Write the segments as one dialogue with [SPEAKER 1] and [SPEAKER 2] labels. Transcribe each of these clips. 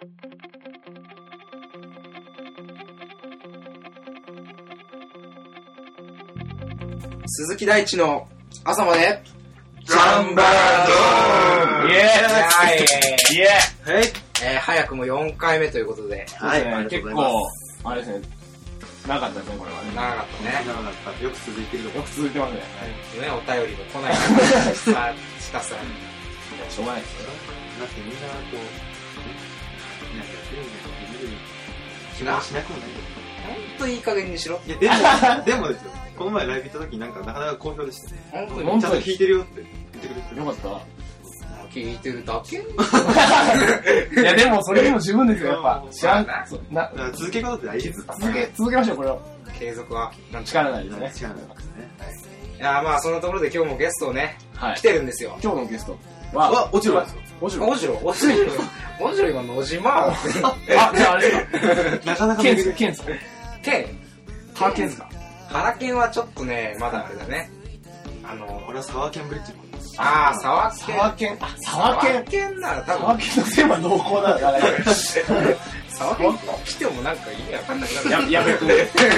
[SPEAKER 1] 鈴木大地の朝まで
[SPEAKER 2] ザンバード
[SPEAKER 1] イエーイ
[SPEAKER 2] イエーイ、
[SPEAKER 1] 早くも4回目ということで、
[SPEAKER 2] はい、
[SPEAKER 3] 結構あれですね、なかったですね、これはね。
[SPEAKER 1] 長かったね。
[SPEAKER 2] 長かった。よく続いてる。
[SPEAKER 3] よく続いてますね。
[SPEAKER 1] お便りが来ないからひたすら
[SPEAKER 3] しょうがないですよ。
[SPEAKER 2] だってみんなこうなんかやってるんだけど見る気がしなくもないよ。
[SPEAKER 1] ほんといい加減にしろ。
[SPEAKER 2] いやでもですよ、この前ライブ行った時なんかなかなか好評でしたね。
[SPEAKER 1] ほんと
[SPEAKER 3] に
[SPEAKER 2] ちゃんと弾いてるよって言ってくれて
[SPEAKER 3] よかった。
[SPEAKER 1] 聞いてるだけ
[SPEAKER 3] いやでもそれでも十分ですよ、やっぱ。知らん。
[SPEAKER 2] だから続け方って大事です。
[SPEAKER 3] 続けましょう、これを。
[SPEAKER 1] 継続は
[SPEAKER 3] 力ないですね。
[SPEAKER 2] 力ないですね。
[SPEAKER 1] いやまあそんなところで今日もゲストをね、来てるんですよ。
[SPEAKER 3] 今日のゲストは、
[SPEAKER 2] おじろですよ。
[SPEAKER 3] おじろ
[SPEAKER 1] 今野島
[SPEAKER 3] あ、じゃああれですか。
[SPEAKER 2] なかなか
[SPEAKER 3] ケンですか。ケン
[SPEAKER 1] 原健ですか。原健はちょっとね、まだあれだね。
[SPEAKER 2] 俺はサワーケンブリッジ。
[SPEAKER 1] 沢健なら多分。
[SPEAKER 3] 沢健の線は濃厚だからね。
[SPEAKER 1] 沢健来てもなんか意味わかんなくなる。
[SPEAKER 3] やめくん。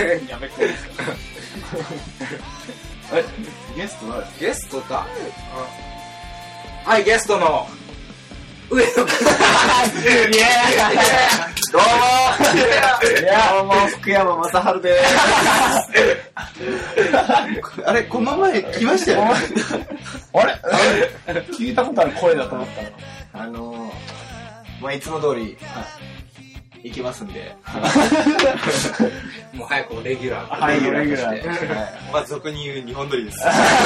[SPEAKER 3] ゲスト誰ですか？
[SPEAKER 1] ゲスト誰？はい、ゲストの上野くん。
[SPEAKER 3] イエーイ。どうも福山雅治で
[SPEAKER 2] ーす。あれこの前来ましたよね。
[SPEAKER 3] あれ聞いたことある声だと思ったの。
[SPEAKER 4] まあいつも通り行きますんで。
[SPEAKER 1] もう早くもレギュラー。
[SPEAKER 3] はい、レギュラー。
[SPEAKER 2] まあ俗に言う日本撮りです。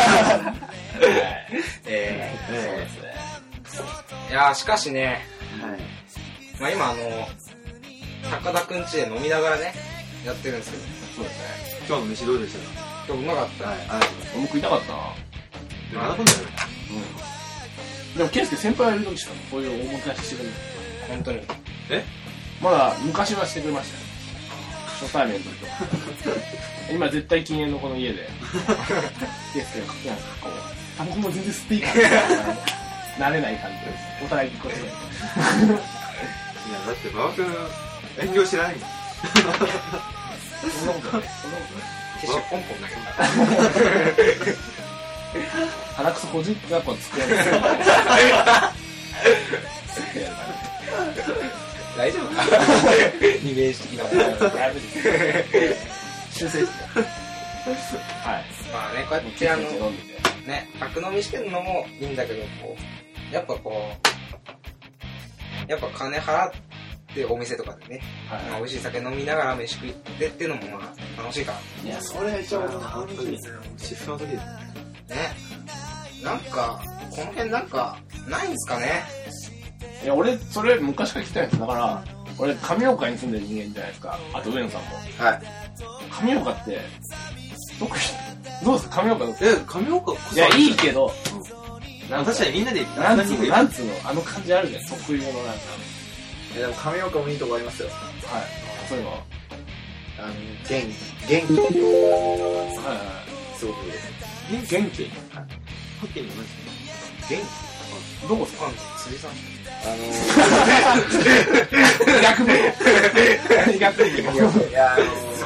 [SPEAKER 1] いやしかしね、まあ今高田くん家で飲みながらねやってるんですけど。
[SPEAKER 3] そうですね。
[SPEAKER 2] 今日の飯どうでしたか？
[SPEAKER 1] 今日うまかった。
[SPEAKER 3] 僕食いたかったな。
[SPEAKER 2] まだこんなの。
[SPEAKER 3] でも健介先輩はいる時しかこういうおもてなししてくれる。
[SPEAKER 1] 本当に。
[SPEAKER 3] まだ昔はしてくれましたよ。初対面の時と今絶対禁煙のこの家で健介がかけないですか。タバコも全然吸っていいから慣れない感じでお互いこっちで。
[SPEAKER 2] いやだって馬場君遠慮知らないんだ。
[SPEAKER 3] そんなことない。
[SPEAKER 1] ティッシュポンポン投げた。
[SPEAKER 3] 鼻くそほじってやっぱ机に
[SPEAKER 1] 大丈夫か？二面式なもの。
[SPEAKER 3] 修正して。はい。
[SPEAKER 1] まあね、こうやってね、宅飲みしてるのもいいんだけど、やっぱ金払ってお店とかでね、まあ美味しい酒飲みながら飯食ってっていうのもまあ楽しいから。
[SPEAKER 3] いや、それ一応
[SPEAKER 2] 楽しいですね。シフトの時ですね。
[SPEAKER 1] なんかこの辺なんかないんすかね。
[SPEAKER 3] いや、俺それ昔から聞きたいんです。だから俺上岡に住んでる人間じゃないですか。あと上野さんも。
[SPEAKER 4] はい。
[SPEAKER 3] 上岡って特にどうですか上岡の。
[SPEAKER 2] 上岡。
[SPEAKER 3] いやいいけど。
[SPEAKER 2] 確かにみんなで
[SPEAKER 3] なんつうのあの感じあるじゃん。特有のなんか。
[SPEAKER 4] でも上岡もいいとこありますよ。
[SPEAKER 3] はい。そういうの。
[SPEAKER 4] 元気。すごくいいです。
[SPEAKER 3] 元気。
[SPEAKER 2] ホッケーに同じ。
[SPEAKER 1] 元
[SPEAKER 3] 気。どこですか？
[SPEAKER 1] 辻さん。
[SPEAKER 3] 逆に。
[SPEAKER 4] いや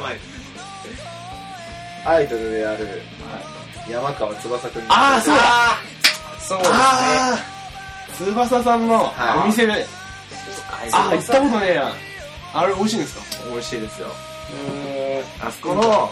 [SPEAKER 4] アイドルである山川翼くん。
[SPEAKER 3] ああ、そうだ。
[SPEAKER 1] そうですね。
[SPEAKER 3] 翼さんのお店で。あ、行ったことねえやん。あれ美味しいんですか？
[SPEAKER 4] 美味しいですよ。あそこの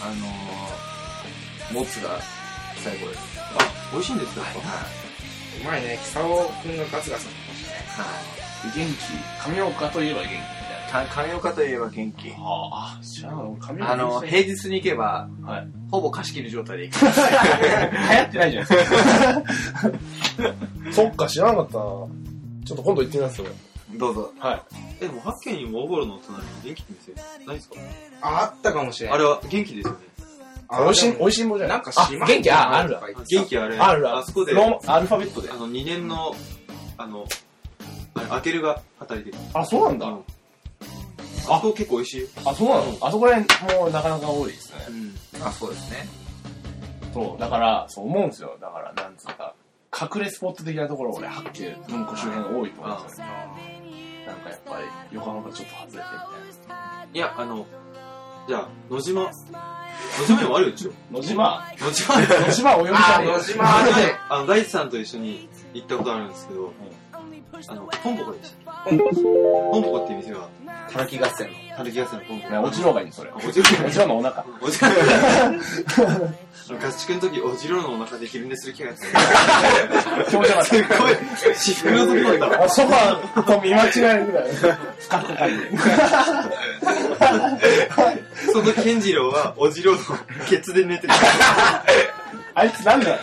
[SPEAKER 4] もつが最高です。
[SPEAKER 2] あ、美味しいんですか？
[SPEAKER 1] うまいね。久男くんがガツガツしてましたね。
[SPEAKER 3] 元気。上岡といえば元気みたいな。
[SPEAKER 4] 上岡といえば元気。
[SPEAKER 3] ああ、じゃあ上岡。
[SPEAKER 4] 平日に行けばほぼ貸し切り状態で行く。
[SPEAKER 3] 流行ってないじゃないですか。そっか、知らなかったな。ちょっと今度行ってみますよ。
[SPEAKER 4] どうぞ。
[SPEAKER 3] はい。
[SPEAKER 2] でもハッケーにもおごろの隣に元気って店ないですか？
[SPEAKER 1] あったかもしれない。
[SPEAKER 2] あれは元気ですよね。
[SPEAKER 3] 美味しいもんじゃない。
[SPEAKER 1] なんか島
[SPEAKER 3] 元気ある。
[SPEAKER 2] 元気あれ。
[SPEAKER 3] ある。
[SPEAKER 2] あそこで
[SPEAKER 3] アルファベットで。
[SPEAKER 2] 2年のアケルが働いてる。
[SPEAKER 3] あ、そうなんだ。
[SPEAKER 2] あそこ結構美味しいよ。
[SPEAKER 3] あ、そうなの？あそこら辺もうなかなか多いですね。
[SPEAKER 4] あ、そうですね。
[SPEAKER 3] そう、だからそう思うんですよ。だからなんつうか隠れスポット的なところ俺八景文庫周辺多いと思うんですよね。 なんかやっぱり横浜からちょっと外れてみたい
[SPEAKER 2] いや、じゃあ、野島にもあるでしょ。
[SPEAKER 3] な。野島
[SPEAKER 2] 野島
[SPEAKER 3] お呼びさん
[SPEAKER 1] 野島ね。
[SPEAKER 2] 大地さんと一緒に行ったことあるんですけど、ポンポコでした。ポンポコっていう店は、
[SPEAKER 4] たぬき合戦の。
[SPEAKER 2] たぬき合戦のポンポコ。
[SPEAKER 3] ね、おじろうがいいのそれ。
[SPEAKER 2] おじろう
[SPEAKER 3] のお腹。
[SPEAKER 2] 合宿の時、おじろうのお腹で昼寝する気がする。
[SPEAKER 3] 気持ちよかった。
[SPEAKER 2] すごい、至福の時だった。
[SPEAKER 3] ソファーと見間違えるぐらい。深く書いて。
[SPEAKER 2] その健次郎は、おじろうのケツで寝てる。
[SPEAKER 3] あいつなんだ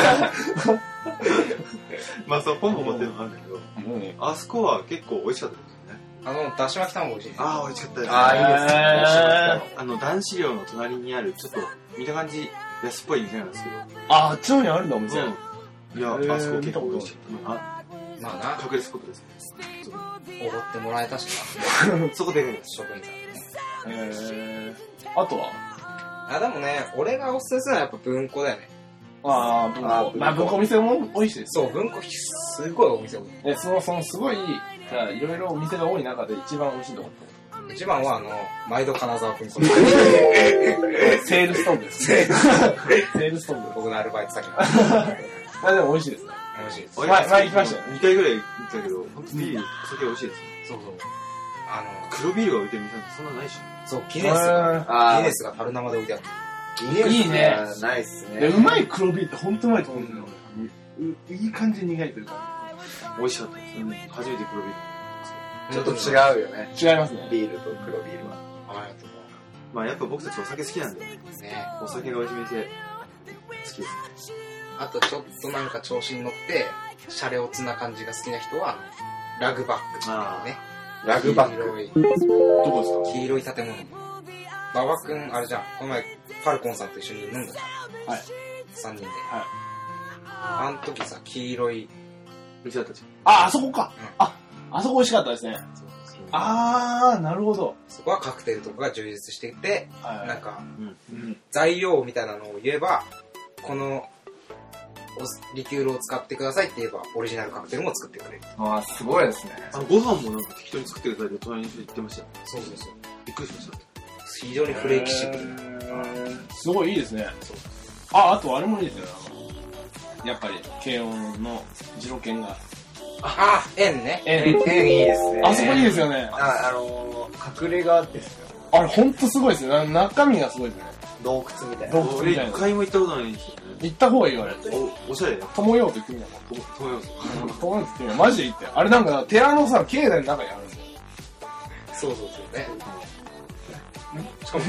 [SPEAKER 2] まあそう、ポンポコっていうのがあるんだけど、あそこは結構美味しかったですよね。
[SPEAKER 1] だし巻き卵美味しい。
[SPEAKER 2] ああ、美味しかったです。
[SPEAKER 4] ああ、いいですね。
[SPEAKER 2] 男子寮の隣にある、ちょっと、見た感じ、安っぽい店なんですけど。
[SPEAKER 3] あっちの方にあるんだ、お店。
[SPEAKER 2] いや、あそこ結構美味しかった。
[SPEAKER 1] まあな、
[SPEAKER 2] 隠れスポットですね。
[SPEAKER 1] おごってもらえたし
[SPEAKER 2] そこで、
[SPEAKER 1] 職員さんね。
[SPEAKER 3] あとは
[SPEAKER 1] でもね、俺がおすすめするのはやっぱ文庫だよね。
[SPEAKER 3] 文庫。まあ文庫お店も美味しいです。
[SPEAKER 1] そう、文庫すごいお店多い。
[SPEAKER 3] そのすごい、いろいろお店が多い中で一番美味しいところ。
[SPEAKER 1] 一番は毎度金沢文庫。
[SPEAKER 3] セールストーンです。セールストーンで
[SPEAKER 1] 僕のアルバイト先の。
[SPEAKER 3] でも美味しいですね。
[SPEAKER 1] 美味しいです。
[SPEAKER 3] 前行きましたよね。
[SPEAKER 2] 2回ぐらい行ったけど、本当にビール、お酒美味しいですね。
[SPEAKER 1] そうそう。
[SPEAKER 2] 黒ビールが置いてる店なんてそんなないし。
[SPEAKER 1] そう、ギネスが樽生で置いてある。
[SPEAKER 3] いいね。
[SPEAKER 4] ないっすね。
[SPEAKER 3] うまい黒ビールって本当うまいと思うんだよ。いい感じに苦いというか。
[SPEAKER 2] 美味しかったです。初めて黒ビール。
[SPEAKER 4] ちょっと違うよね。
[SPEAKER 3] 違いますね。
[SPEAKER 4] ビールと黒ビールは。
[SPEAKER 2] まあやっぱ僕たちお酒好きなんで、ね、お酒が美味しい店好きですね。
[SPEAKER 1] あとちょっとなんか調子に乗って、シャレオツな感じが好きな人は、ラグバックっていうね。
[SPEAKER 4] ラグバック。
[SPEAKER 3] どこですか？
[SPEAKER 1] 黄色い建物。馬場くん、あれじゃん。この前、ファルコンさんと一緒に飲んだじゃん。
[SPEAKER 3] はい。
[SPEAKER 1] 3人で。
[SPEAKER 3] はい。
[SPEAKER 1] あの時さ、黄色い。
[SPEAKER 2] 店だったじ
[SPEAKER 3] あそこか。あそこ美味しかったですね。なるほど。
[SPEAKER 1] そこはカクテルとかが充実していて、なんか、
[SPEAKER 2] ゃん。
[SPEAKER 1] 材料みたいなのを言えば、このリキュールを使ってくださいって言えば、オリジナルカクテルも作ってくれる。
[SPEAKER 4] すごいですね。
[SPEAKER 2] ご飯もなんか適当に作ってくださいって隣の人言ってました。
[SPEAKER 1] そうそうそう。
[SPEAKER 2] びっくりしました。
[SPEAKER 1] 非常にフレーキシップルな。
[SPEAKER 3] すごいいいですね。あとあれもいいですよ。やっぱり、軽音のジロケンが。
[SPEAKER 1] 円ね。
[SPEAKER 4] 円いいですね。
[SPEAKER 3] あそこいいですよね。
[SPEAKER 4] 隠れ家ですよ。
[SPEAKER 3] あれほんとすごいですよ。中身がすごいですね。
[SPEAKER 4] 洞窟みたいな。
[SPEAKER 2] 俺一回も行ったことないんですよね。
[SPEAKER 3] 行った方がいいよ、あれ。
[SPEAKER 2] おしゃれだよ。
[SPEAKER 3] 友ようと言ってみた
[SPEAKER 2] 友よ。
[SPEAKER 3] 友ようと言ってみたマジで行って。あれなんか、寺のさ、境内の中にあるんだよ。
[SPEAKER 1] そうそうそうね。しかも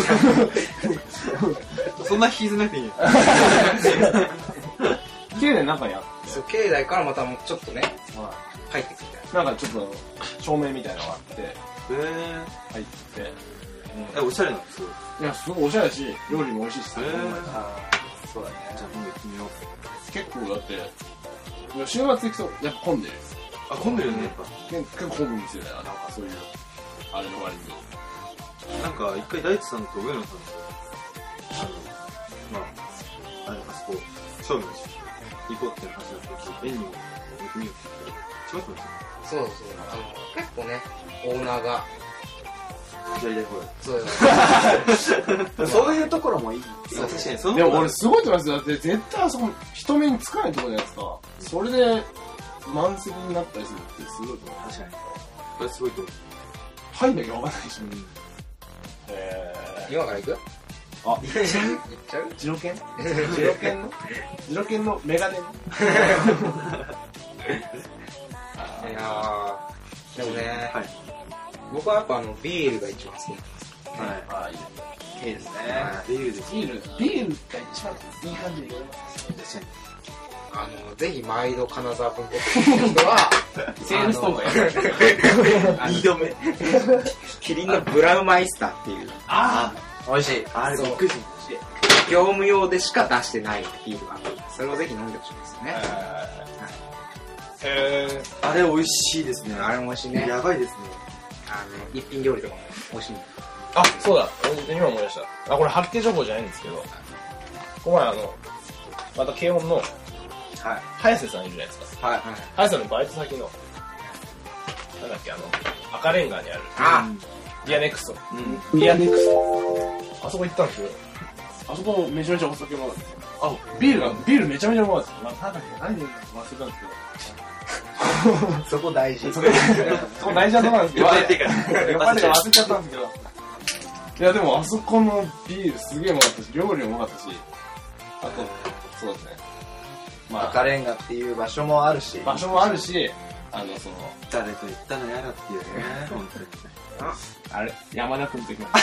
[SPEAKER 2] そんな引きずなくていいよ。
[SPEAKER 3] 境内の中にあって。
[SPEAKER 1] そう、境内からまたもうちょっとね、入ってくるみたいな。
[SPEAKER 3] なんかちょっと、照明みたいなのがあって、入って。
[SPEAKER 2] おしゃれなんですよ。
[SPEAKER 3] いや、すごいおしゃれだし、料理も美味しいしさ。
[SPEAKER 4] そうだね。
[SPEAKER 2] じゃあ今度行ってみよう。
[SPEAKER 3] 結構だって、週末行くと、やっぱ混んでる。
[SPEAKER 2] 混んでるよね、やっぱ。
[SPEAKER 3] 結構混むんですよね、なんかそういう、あれの割に。
[SPEAKER 2] なんか、一回大地さんと上野さんと、あそこ、勝負のし、行こうっていう話だった時、園にも行ってみようって言ったら、違ってましたね。
[SPEAKER 1] そうそう。結構ね、オーナーが、
[SPEAKER 2] 左でほら。
[SPEAKER 4] そういうところもいい。
[SPEAKER 2] 確かに、その
[SPEAKER 3] でも俺すごいと思いますよ。だって絶対あそこ人目につかないところじゃないですか。それで満席になったりするってすごいと思う。
[SPEAKER 2] 確かに。これすごいと思う。
[SPEAKER 3] 入んなきゃわかんないし。
[SPEAKER 1] 今から行く？
[SPEAKER 3] 行っ
[SPEAKER 1] ちゃう？
[SPEAKER 3] ジロケンのメガネ。
[SPEAKER 1] いやでもね、僕はやっぱビールが一番好きなんです。
[SPEAKER 2] はい。
[SPEAKER 4] いいですね。
[SPEAKER 2] ビールです。
[SPEAKER 3] ビールが一番いい感じで飲めます。
[SPEAKER 2] 確かに。
[SPEAKER 1] ぜひ毎度金沢文庫っていう人は、
[SPEAKER 3] セールストーンがやる。
[SPEAKER 1] 2度目。キリンのブラウマイスターっていう。
[SPEAKER 4] 美味しい。
[SPEAKER 2] あれびっくりしました。
[SPEAKER 1] 業務用でしか出してないビールがある。それをぜひ飲んでほしいですね。
[SPEAKER 2] あれ美味しいですね。
[SPEAKER 1] あれも美味しいね。
[SPEAKER 2] やばいですね。
[SPEAKER 1] 一品料理とかも美味しい。
[SPEAKER 3] そうだ。今思い出した。これ発見情報じゃないんですけど、この前また軽音の、早瀬さんいるじゃないですか。早瀬のバイト先の、 なんだっけ、赤レンガにある。
[SPEAKER 1] あ
[SPEAKER 3] ビアネクスト。
[SPEAKER 2] うん。
[SPEAKER 3] ビアネクス
[SPEAKER 4] あそこ行ったんですよ。
[SPEAKER 3] ト。あそこもめちゃめちゃお酒もある。あ、ビールめちゃめちゃうまいです。まあ、なんだっけ、何で忘れたんですけど。
[SPEAKER 4] そこ大事。
[SPEAKER 3] そこ大事なとこなんですけど。
[SPEAKER 2] 酔っ払ってから。
[SPEAKER 3] 酔っ払って忘れちゃったんですけど。いや、でもあそこのビールすげえうまかったし、料理もうまかったし、あと、そうですね。まあ、
[SPEAKER 4] 赤レンガっていう場所もあるし。
[SPEAKER 3] 場所もあるし、
[SPEAKER 2] 誰と言ったのやらっていうね、本当に。
[SPEAKER 3] あれ、山田くんと行きま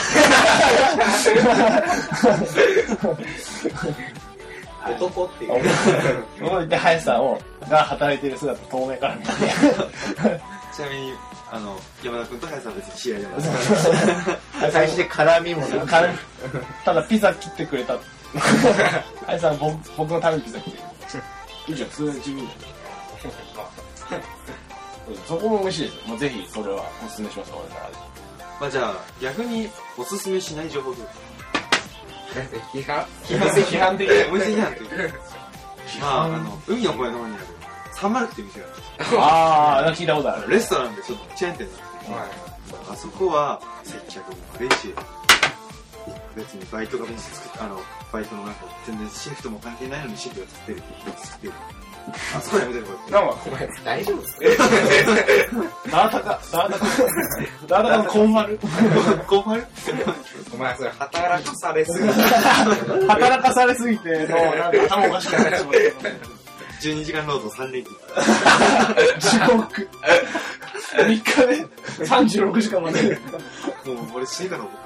[SPEAKER 4] 男っていう。
[SPEAKER 3] 僕行って、林さんが働いてる姿、遠目から見て。
[SPEAKER 2] ちなみに、山田君と林さんは別に試合じゃないですか。
[SPEAKER 4] 最初で絡みもなく。
[SPEAKER 3] ただピザ切ってくれた。林さん僕のためにピザ切ってくれた。いいじゃん、それ自分で。そこも美味しいですよ。もうぜひそれはおすすめします、俺の中で。
[SPEAKER 2] まあじゃあ、逆におすすめしない情報と
[SPEAKER 1] 批判
[SPEAKER 3] 批判的
[SPEAKER 2] お店じゃんっていう。まあ、海の声の方にある、30っていう店があるんですよ。
[SPEAKER 3] あー、聞いたことある。
[SPEAKER 2] レストランでちょっとチェーン店なんですけど、あそこは接客も悪いし、別にバイトがバイトのなんか全然シフトも関係ないのにシフトが作ってるって言って作ってる。あそこやめてるこれ。
[SPEAKER 3] なんか、
[SPEAKER 1] お前大丈夫ですか
[SPEAKER 3] ダータカのコンマル。
[SPEAKER 2] コンファル
[SPEAKER 1] お前それ働かされすぎ
[SPEAKER 3] 働かされすぎて、なんか頭おかしくなってしまって。
[SPEAKER 2] 12時間労働3連休。
[SPEAKER 3] 地獄。3日で36時間まで。
[SPEAKER 2] もう俺死ぬかと思った。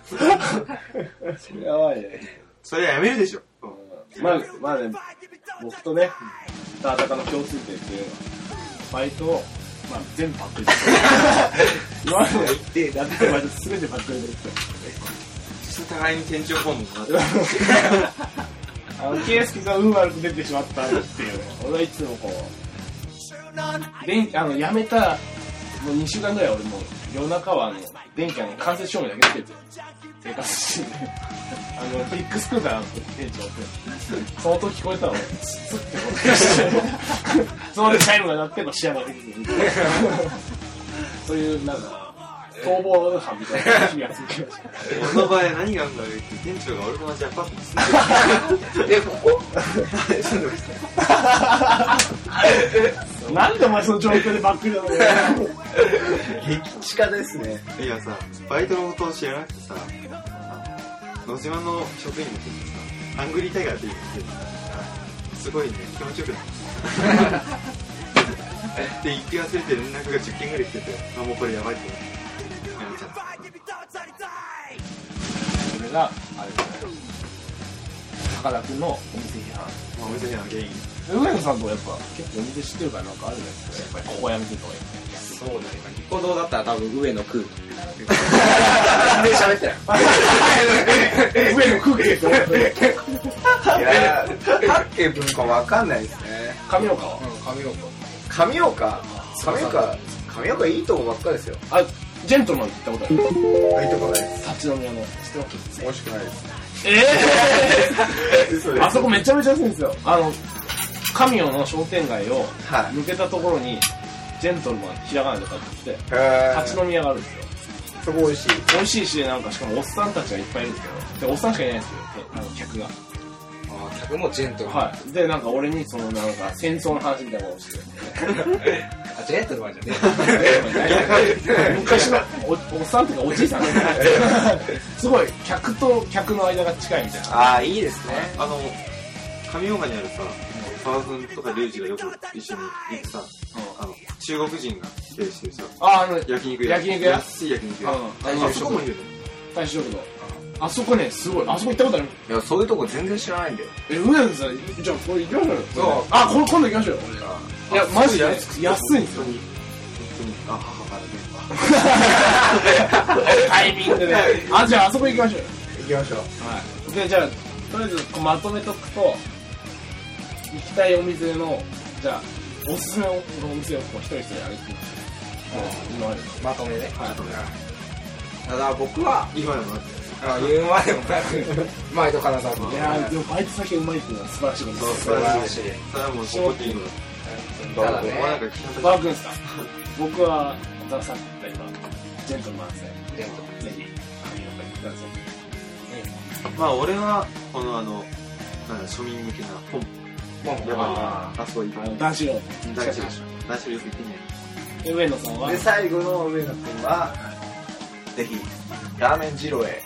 [SPEAKER 3] やばいね。
[SPEAKER 2] それはやめるでしょ。
[SPEAKER 3] まあね、僕とね、ダータカの共通点っていうのは、バイトを、まあ全部パックリです。今までやってたバイト全てパックリです。
[SPEAKER 2] 互いに店長訪問もらって。
[SPEAKER 3] ケイスケが運悪く出てしまったっていう、俺はいつもこう、辞めた、もう2週間ぐらい俺もう夜中は電気間接照明だけつけて生活してて、ビッグスクーターの店長って、その時聞こえたのをスッてこうそのでチャイムが鳴ってこう仕上がってくるみたいなそういうなんか逃亡犯みたいな日が続きました。
[SPEAKER 2] 俺の場合何があるんだろうって店長が俺と同じアパートに住んでる。
[SPEAKER 1] ここ住んでます
[SPEAKER 3] なんでお前その状況でバックリなのよ。
[SPEAKER 4] 激地下ですね。
[SPEAKER 2] いやさ、バイトのことを知らなくてさ、野島の職員の時にさ、ハングリータイガーって言ってすごいね、気持ちよくなったで、言って忘れて連絡が10件ぐらい来てて、あ、もうこれやばいって思ってやめちゃった。
[SPEAKER 3] それがあれですね、高田君のお店批判。
[SPEAKER 2] まあ、お店には原因。
[SPEAKER 3] 上野さんとやっぱ結構お店知ってるからなんかあるじゃないですか。やっぱりここやめてとか
[SPEAKER 1] そうだね、ニコ動だったら多分上の空気
[SPEAKER 4] で喋ってない。
[SPEAKER 3] 上野空気って思って。
[SPEAKER 4] いやー、パッケ文化わかんないですね。
[SPEAKER 3] 上岡は
[SPEAKER 4] 神岡いいとこばっかですよ。
[SPEAKER 3] あ、ジェントルマンって言ったことある。
[SPEAKER 4] いいとこないです。
[SPEAKER 3] 立ち飲み屋の知ってます？
[SPEAKER 4] 美味しくないです。
[SPEAKER 3] 嘘です。あそこめちゃめちゃ安いんですよ。神代の商店街を
[SPEAKER 4] はい
[SPEAKER 3] 抜けたところにジェントルマンひらがなで書いてあって立ち飲み屋があるんですよ。
[SPEAKER 4] そこ美味しい。
[SPEAKER 3] 美味しいし、なんかしかもおっさんたちがいっぱいいるんですよ。でおっさんしかいないんですよ、客が。
[SPEAKER 1] 客もジェントルマン。
[SPEAKER 3] はい。で、なんか俺にそのなんか戦争の話みたいなことをして
[SPEAKER 1] あ、ジェントルマンじゃね
[SPEAKER 3] 昔のおっさんとかおじいさんすごい客と客の間が近いみたいな。
[SPEAKER 4] ああ、いいですね。
[SPEAKER 2] 上岡にあるさ、沢君とかリュウジがよく一緒に行くさ、中国人が経営してるさ、焼肉屋。安い焼肉屋。あそこもいいよね。
[SPEAKER 3] 大衆食堂。あそこね、すごい。あそこ行ったことある？
[SPEAKER 4] いや、そういうとこ全然知らないんだよ。
[SPEAKER 3] 上野さん、じゃあこれ行きましょうよ。
[SPEAKER 1] そう。
[SPEAKER 3] あ、今度行きましょうよ。いや、マジで安いんですよ。
[SPEAKER 2] あ、母からね。
[SPEAKER 3] タイミングで。あ、じゃああそこ行きましょうよ。
[SPEAKER 4] 行きましょう。
[SPEAKER 3] はい。で、じゃあ、とりあえずまとめとくと、行きたいお店の、じゃあ、おすすめのお店をこう一人一人挙げてみます。今までの。
[SPEAKER 1] まとめね。
[SPEAKER 3] はい。
[SPEAKER 1] ただ僕は、
[SPEAKER 2] 今でもなって。
[SPEAKER 1] 言うまでもなく、前と金沢君。
[SPEAKER 3] いやー、でもバイト先うまいっていうのは素晴らしいことです。
[SPEAKER 1] 素晴らしい。
[SPEAKER 2] それはもう、そこっていいのだ。
[SPEAKER 1] ただね、
[SPEAKER 2] なんか聞いた
[SPEAKER 3] バー君ですか？僕は、 ザ・サンというかジェントルマンですね。
[SPEAKER 1] ジェント
[SPEAKER 3] ぜひ網の方に行ってください。
[SPEAKER 2] まあ俺はこのなんだ庶民向けな本やばいなあ、そういい
[SPEAKER 3] 男子の
[SPEAKER 2] 大事でしょ。男子よく言ってね。
[SPEAKER 3] で上野さんは
[SPEAKER 4] で、最後の上野くんは、ぜひ、ラーメン二郎へ。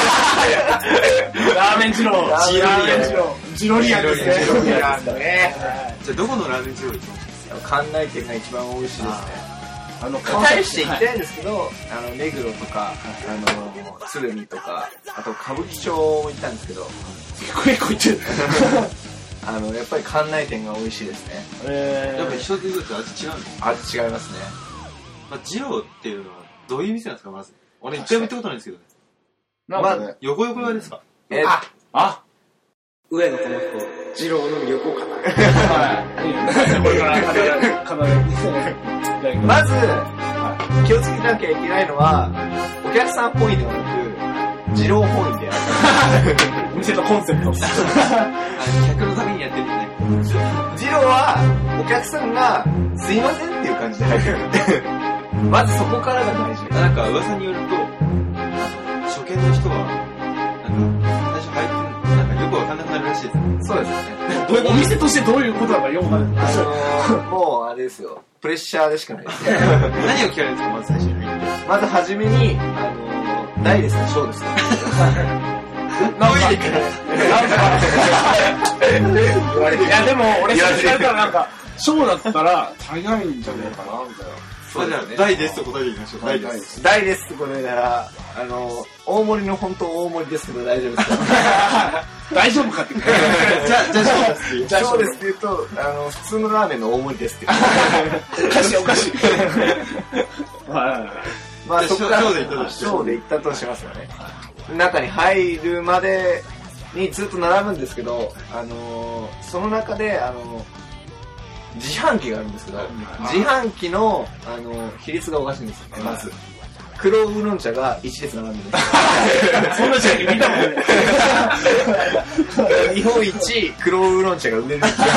[SPEAKER 3] ラーメン二郎
[SPEAKER 4] ジロリアン
[SPEAKER 3] ジロリアンですね。
[SPEAKER 1] ジロリアンだね。
[SPEAKER 2] じゃあどこのラーメン二郎行きましょ
[SPEAKER 4] 関内店が一番美味しいですね。
[SPEAKER 3] 関
[SPEAKER 4] 大して行ってないんですけど、目黒とか、鶴見とか、あと歌舞伎町も行ったんですけど、
[SPEAKER 3] 結構行ってる。
[SPEAKER 4] やっぱり関内店が美味しいですね。
[SPEAKER 2] やっぱ一つずつ味違うの？
[SPEAKER 4] 味違いますね。
[SPEAKER 2] まあ、二郎っていうのはどういう店なんですか、まず。俺一回も行ったことないんですけどね。
[SPEAKER 3] なんかね、
[SPEAKER 2] 横横屋ですか？
[SPEAKER 1] 上野智彦、二郎の魅力を語る。
[SPEAKER 3] はい。これから
[SPEAKER 4] まず、気をつけなきゃいけないのは、お客さん本位ではなく、二郎本位である。
[SPEAKER 3] お店のコンセプト。
[SPEAKER 2] 客のためにやってるんでね。
[SPEAKER 4] 二郎は、お客さんが、すいませんっていう感じで入ってくるんで、まずそこからが大事。
[SPEAKER 2] なんか噂によると、初見の人は、最初入ってなんかよくわかんなくなるらしいですね。
[SPEAKER 4] そうですね。
[SPEAKER 3] お店としてどういうことなのかよくわかんない。
[SPEAKER 4] もうあれですよ。プレッシャーでしかないですね。
[SPEAKER 2] 何を聞かれるんですか、まず最初に入って。
[SPEAKER 4] まずはじめに、大ですか、小ですか。
[SPEAKER 3] いやでも俺最初からなんか小だったら足りないんじゃねえかなみたいな。
[SPEAKER 2] そうじゃあね。大ですと答えていきましょう。大です。
[SPEAKER 4] 大ですってことなら、大盛りの本当大盛りですけど大丈夫ですか？
[SPEAKER 3] 大丈夫かって言って。
[SPEAKER 2] じゃあ小ですって言う。
[SPEAKER 4] 小ですって言うと、普通のラーメンの大盛りですって言う。
[SPEAKER 3] おかしい。
[SPEAKER 4] まあそこから
[SPEAKER 2] 小で行ったとして。
[SPEAKER 4] 小で行ったとしますよね。中に入るまでにずっと並ぶんですけど、その中で、自販機があるんですけど、自販機の、比率がおかしいんですよね、まず。黒ウーロン茶が1列並んでるんです。
[SPEAKER 3] そんな茶見たもんね。
[SPEAKER 4] 日本一黒ウーロン茶が売れるんですよ。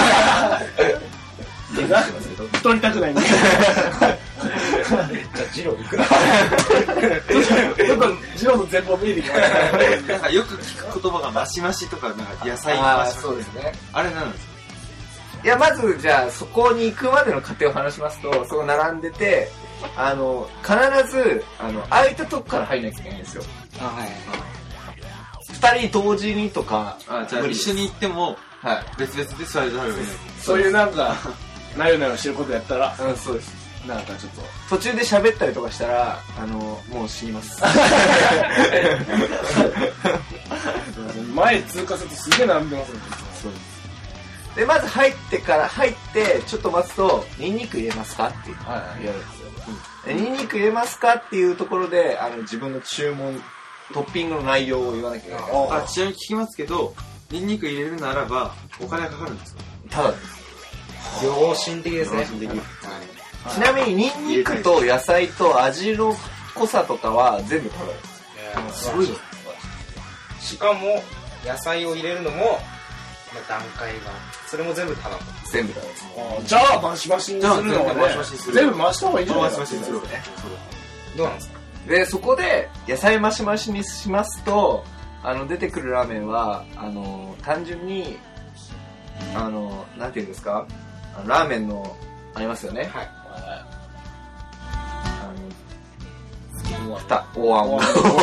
[SPEAKER 3] 太りたくないね。
[SPEAKER 1] じゃあ、二郎行くな。
[SPEAKER 3] ちょっと、二郎の全貌見えてきました。
[SPEAKER 2] なんかよく聞く言葉がマシマシとか、なんか野菜マシマシ。
[SPEAKER 4] そうですね。
[SPEAKER 2] あれなんですか？
[SPEAKER 4] いや、まず、じゃあ、そこに行くまでの過程を話しますと、そこ並んでて、必ず、空いたとこから入んなきゃいけないんですよ。二人同時にとか、
[SPEAKER 2] じゃあ一緒に行っても、
[SPEAKER 4] はい。
[SPEAKER 2] 別々で座りたいわけね。
[SPEAKER 3] そういうなんか、なよなよしてることやったら、
[SPEAKER 4] そうです。
[SPEAKER 3] なんかちょっと。
[SPEAKER 4] 途中で喋ったりとかしたら、もう死にます。
[SPEAKER 3] 前通過するとすげえ並んでますね。
[SPEAKER 4] そうです。で、まず入って、ちょっと待つと、ニンニク入れますかって言われるんですよ。ニンニク入れますかっていうところで、自分の注文、トッピングの内容を言わなきゃいけない。
[SPEAKER 2] ちなみに聞きますけど、ニンニク入れるならば、お金がかかるんですか？
[SPEAKER 4] ただです。
[SPEAKER 1] 良心的ですね。
[SPEAKER 4] ちなみに、ニンニクと野菜と味の濃さとかは全部ただです。
[SPEAKER 1] すごいです。しかも、野菜を入れるのも、段階が、それも全部ただ。
[SPEAKER 4] 全部ただです。
[SPEAKER 3] じゃあ、マシマシにするのはね、全部回した方がいいんじゃないですか。
[SPEAKER 1] どうなんですか？
[SPEAKER 4] で、そこで、野菜マシマシにしますと、出てくるラーメンは、単純に、なんていうんですか、ラーメンの、ありますよね。はい。お椀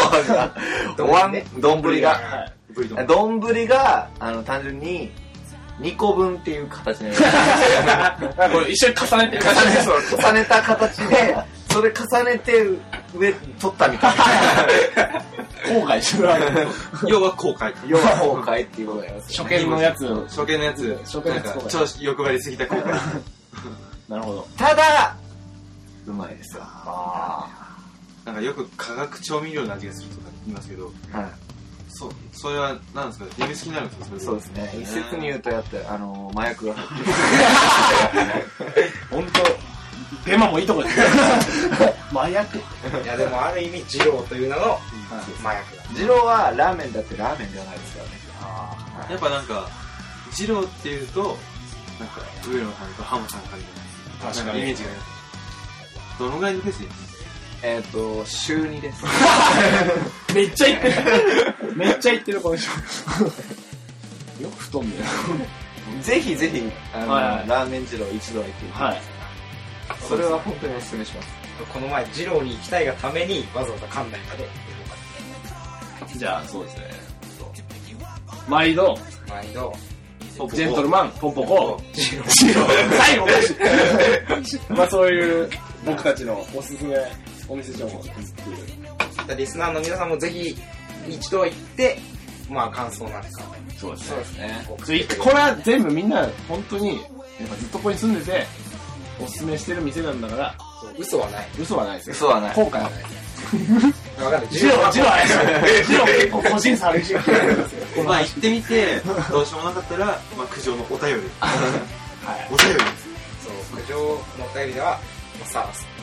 [SPEAKER 4] が、単純に、2個分っていう形になります。
[SPEAKER 3] これ一緒に重ね
[SPEAKER 4] た形で、それ重ねて上取ったみたいな。
[SPEAKER 3] 後悔してるわけ。
[SPEAKER 2] 要は後悔。
[SPEAKER 4] 要は後悔っていうことになります。
[SPEAKER 3] 初見のやつ。
[SPEAKER 2] なんか超欲張りすぎた後悔。
[SPEAKER 3] なるほど。
[SPEAKER 4] ただ、うまいですよ。
[SPEAKER 2] なんかよく化学調味料の味がするとか言いますけど、はい。それは何ですか？やみつきになるんですか？
[SPEAKER 4] そうですね。一説に言うと麻薬が入ってる。
[SPEAKER 3] 本当。デマもいいとこですね。麻薬。
[SPEAKER 1] いやでもある意味二郎という名の麻薬だ。
[SPEAKER 4] 二郎はラーメンだってラーメンではないですからね。
[SPEAKER 2] やっぱなんか二郎っていうとなんか上野さんとハモさんがいる。
[SPEAKER 3] 確かに
[SPEAKER 2] イメージがどのぐらいのペースで
[SPEAKER 4] 週2です。
[SPEAKER 3] めっちゃ言ってる。めっちゃ言ってる、この人。よく太んね
[SPEAKER 4] ぜひぜひ、
[SPEAKER 3] はい
[SPEAKER 4] ラーメン二郎一度は行ってみてください。
[SPEAKER 3] はい。
[SPEAKER 4] それは本当にお勧めします。
[SPEAKER 1] この前二郎に行きたいがためにわざわざ関内まで
[SPEAKER 3] じゃあ、そうですね。毎度、
[SPEAKER 1] 毎度
[SPEAKER 3] ジェントルマン、ポンポコ、
[SPEAKER 1] 二郎
[SPEAKER 3] 最後まあそういう僕たちのおすすめお店情報っていう。
[SPEAKER 1] リスナーの皆さんもぜひ一度行ってまあ感想なんか
[SPEAKER 3] そうですね。
[SPEAKER 1] 送っ
[SPEAKER 3] これは全部みんな本当にやっぱずっとここに住んでておすすめしてる店なんだから
[SPEAKER 1] 嘘はない
[SPEAKER 3] 嘘はないですよ。
[SPEAKER 4] 嘘はない。
[SPEAKER 3] 後悔はない。
[SPEAKER 1] 分かんない
[SPEAKER 3] ジローはないですよ。ジロー結構個人差あるし。
[SPEAKER 2] まあ行ってみてどうしようもなかったら、まあ、苦情のお便り
[SPEAKER 3] はい。
[SPEAKER 2] お便りです。
[SPEAKER 1] そう苦情のお便りではサース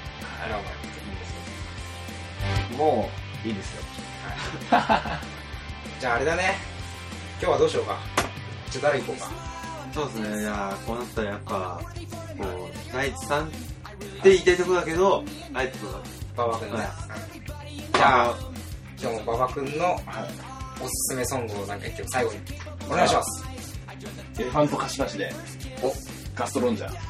[SPEAKER 4] もういいですよ。
[SPEAKER 1] じゃああれだね今日はどうしようかじゃあ誰行こうか
[SPEAKER 2] そうですね。いやーこうなったらやっぱこう大地さんって言いたいところだけどあえて
[SPEAKER 1] 馬場君ね、
[SPEAKER 2] はい
[SPEAKER 1] じゃあ今日も馬場君のおすすめソングをなんか今日最後にお願いします
[SPEAKER 3] エレファント貸し出しでガストロンジャー。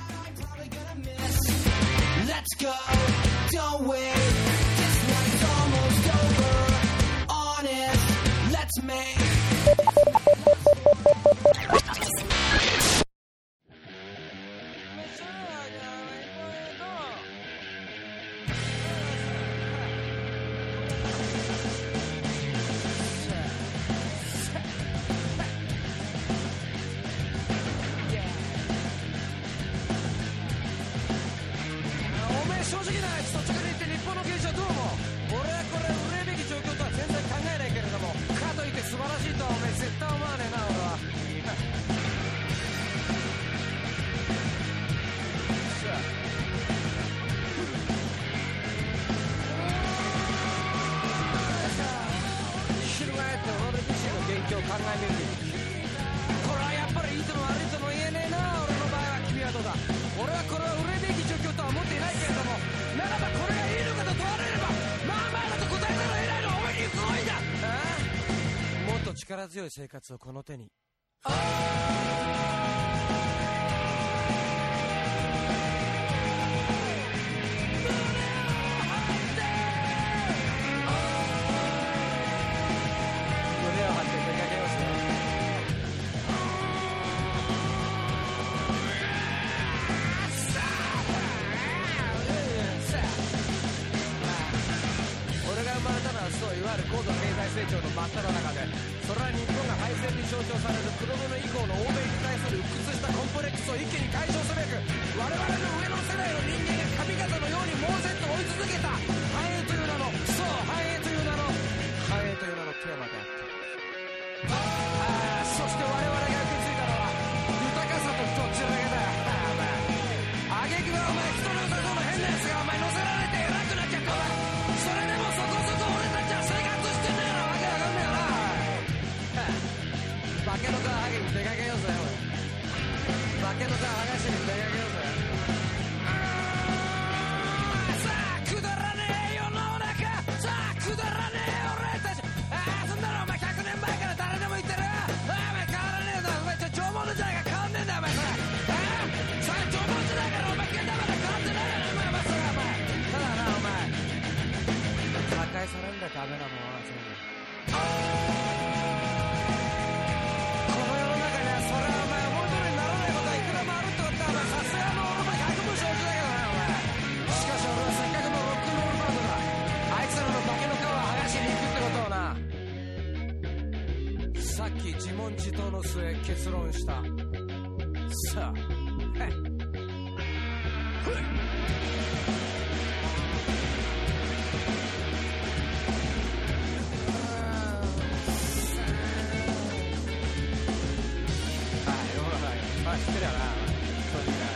[SPEAKER 5] Let's go, don't wait. This night's almost over. Honest, let's make. 正直な率直に言って日本の芸術はどうも俺はこれ売れべき状況とは全然考えないけれどもかといって素晴らしいとはお前絶対思わねえな俺は翻って俺自身の元気を考えみるこれはやっぱりいいとも悪いとも言えねえな俺の場合は君はどうだ俺はこれは売れべき状況とは思っていないけれどもならばこれがいいのかと問われればまあまあだと答えざるを得ないのはお前にすごいんだもっと力強い生活をこの手に胸を張って出かけようぜ俺が生まれたのはそういわゆる高度経済成長の真っ只中でそれは日本が敗戦に象徴される黒船以降の欧米に対する鬱屈したコンプレックスを一気に解消すべく我々の上の世代の人間が神方のように猛然と追い続けた繁栄という名のそう繁栄という名のテーマであったそして我々が受け継いだのは豊かさとどっちの上だよあげくはお前人の良さそうな変なやつがお前乗せられて偉くなっちゃったわそれでもそこそこ俺たちは生活してねえのわけわかんねえよな化けの皮剥げに出かけようぜ俺化けの皮剥がしに出かけようぜさあくだらねえ世の中さあくだらねえ俺たちそんなのお前100年前から誰でも言ってるお前変わらねえよなお前縄文の時代が変わんねえんだよお前それさあ縄文時代からお前現代まで変わってないよなお前それお前ただなお前破壊されんだダメなもんは全部この世の中にはそれはお前思い通りにならないことはいくらもあるってことはお前さすがの俺も百分承知だけどなお前しかし俺はせっかくのロックンロールバンドだあいつらの化けの皮を剥がしに行くってことをなさっき自問自答の末結論したさあまあ知ってるよな正直な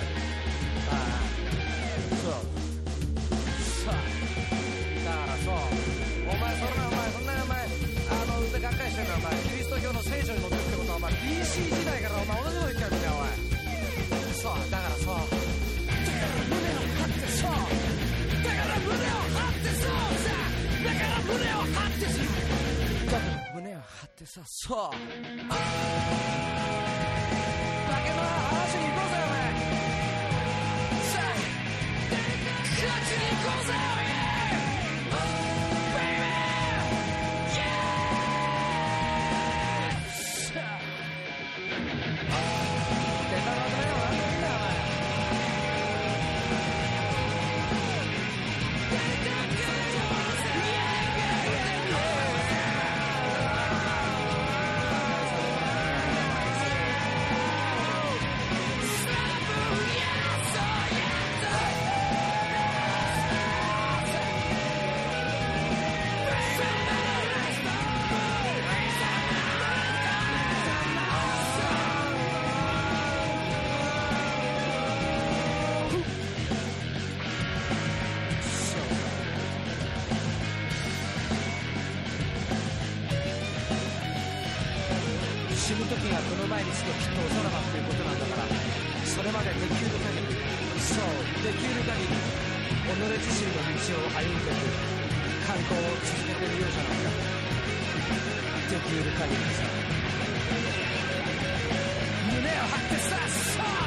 [SPEAKER 5] そうさあだからそうお前そんなお前腕がっかりしてるのはお前キリスト教の聖書に載ってるってことはお前 BC 時代からお前同じこと言ってるんだよお前そうだからそう胸を張ってそうさ、そう化け物話に行こうぜお前。さあ勝ちに行こうぜお前。死ぬ時がこの前にしてきっとおさらばっていうことなんだから、それまでできる限り、そうできる限り己自身の道を歩んでいく観光を続けてるようじゃないか。できる限りさ胸を張ってさ、そう